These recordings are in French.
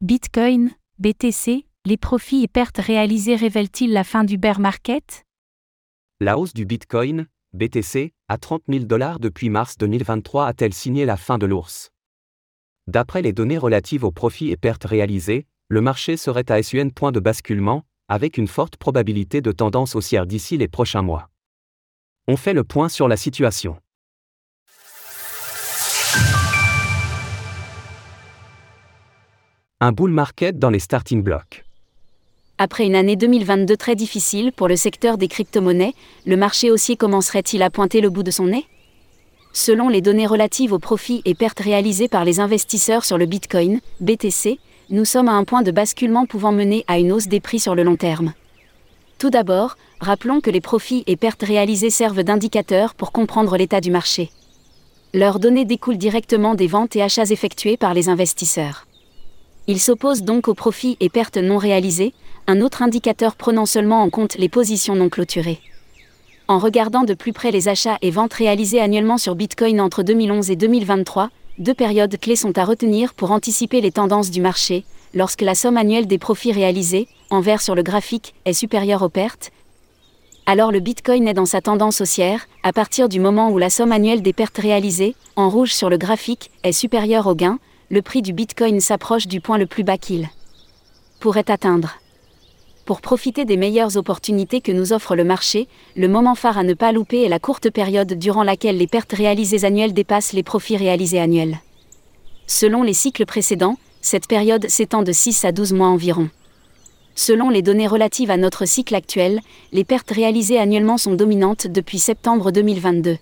Bitcoin, BTC, les profits et pertes réalisés révèlent-ils la fin du bear market? La hausse du Bitcoin, BTC, à 30 000 $ depuis mars 2023 a-t-elle signé la fin de l'ours? D'après les données relatives aux profits et pertes réalisés, le marché serait à un point de basculement, avec une forte probabilité de tendance haussière d'ici les prochains mois. On fait le point sur la situation. Un bull market dans les starting blocks. Après une année 2022 très difficile pour le secteur des crypto-monnaies, le marché haussier commencerait-il à pointer le bout de son nez? Selon les données relatives aux profits et pertes réalisés par les investisseurs sur le Bitcoin, BTC, nous sommes à un point de basculement pouvant mener à une hausse des prix sur le long terme. Tout d'abord, rappelons que les profits et pertes réalisés servent d'indicateurs pour comprendre l'état du marché. Leurs données découlent directement des ventes et achats effectués par les investisseurs. Ils s'opposent donc aux profits et pertes non réalisés, un autre indicateur prenant seulement en compte les positions non clôturées. En regardant de plus près les achats et ventes réalisés annuellement sur Bitcoin entre 2011 et 2023, deux périodes clés sont à retenir pour anticiper les tendances du marché. Lorsque la somme annuelle des profits réalisés, en vert sur le graphique, est supérieure aux pertes, alors le Bitcoin est dans sa tendance haussière. À partir du moment où la somme annuelle des pertes réalisées, en rouge sur le graphique, est supérieure aux gains, le prix du Bitcoin s'approche du point le plus bas qu'il pourrait atteindre. Pour profiter des meilleures opportunités que nous offre le marché, le moment phare à ne pas louper est la courte période durant laquelle les pertes réalisées annuelles dépassent les profits réalisés annuels. Selon les cycles précédents, cette période s'étend de 6 à 12 mois environ. Selon les données relatives à notre cycle actuel, les pertes réalisées annuellement sont dominantes depuis septembre 2022.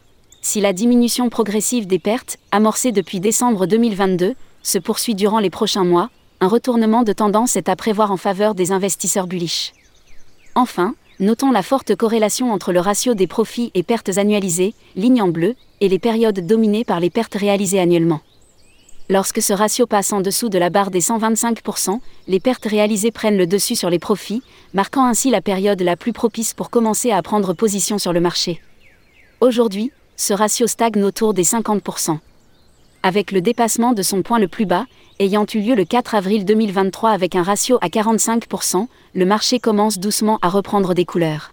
Si la diminution progressive des pertes, amorcée depuis décembre 2022, se poursuit durant les prochains mois, un retournement de tendance est à prévoir en faveur des investisseurs bullish. Enfin, notons la forte corrélation entre le ratio des profits et pertes annualisées, ligne en bleu, et les périodes dominées par les pertes réalisées annuellement. Lorsque ce ratio passe en dessous de la barre des 125%, les pertes réalisées prennent le dessus sur les profits, marquant ainsi la période la plus propice pour commencer à prendre position sur le marché. Aujourd'hui, ce ratio stagne autour des 50%. Avec le dépassement de son point le plus bas, ayant eu lieu le 4 avril 2023 avec un ratio à 45%, le marché commence doucement à reprendre des couleurs.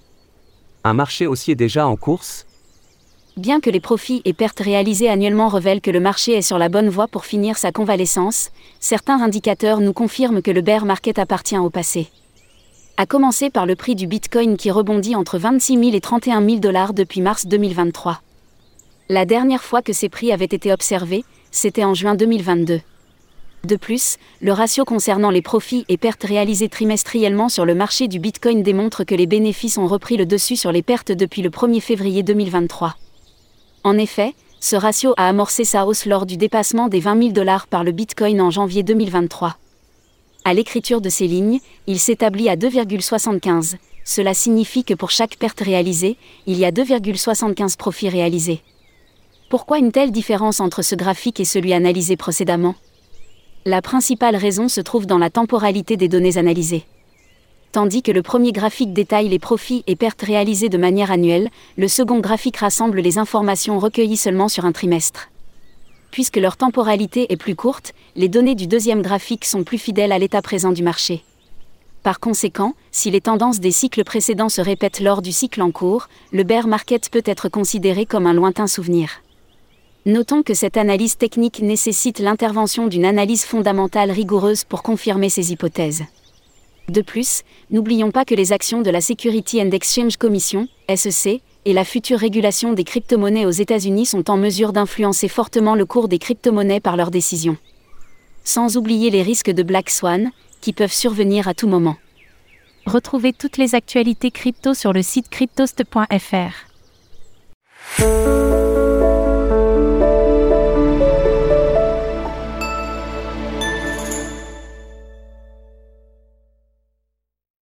Un marché haussier déjà en course? Bien que les profits et pertes réalisés annuellement révèlent que le marché est sur la bonne voie pour finir sa convalescence, certains indicateurs nous confirment que le bear market appartient au passé. À commencer par le prix du Bitcoin qui rebondit entre 26 000 et 31 000 $ depuis mars 2023. La dernière fois que ces prix avaient été observés, c'était en juin 2022. De plus, le ratio concernant les profits et pertes réalisés trimestriellement sur le marché du Bitcoin démontre que les bénéfices ont repris le dessus sur les pertes depuis le 1er février 2023. En effet, ce ratio a amorcé sa hausse lors du dépassement des 20 000 $ par le Bitcoin en janvier 2023. À l'écriture de ces lignes, il s'établit à 2,75. Cela signifie que pour chaque perte réalisée, il y a 2,75 profits réalisés. Pourquoi une telle différence entre ce graphique et celui analysé précédemment? La principale raison se trouve dans la temporalité des données analysées. Tandis que le premier graphique détaille les profits et pertes réalisés de manière annuelle, le second graphique rassemble les informations recueillies seulement sur un trimestre. Puisque leur temporalité est plus courte, les données du deuxième graphique sont plus fidèles à l'état présent du marché. Par conséquent, si les tendances des cycles précédents se répètent lors du cycle en cours, le bear market peut être considéré comme un lointain souvenir. Notons que cette analyse technique nécessite l'intervention d'une analyse fondamentale rigoureuse pour confirmer ces hypothèses. De plus, n'oublions pas que les actions de la Security and Exchange Commission, SEC, et la future régulation des crypto-monnaies aux États-Unis sont en mesure d'influencer fortement le cours des crypto-monnaies par leurs décisions. Sans oublier les risques de Black Swan, qui peuvent survenir à tout moment. Retrouvez toutes les actualités crypto sur le site cryptost.fr.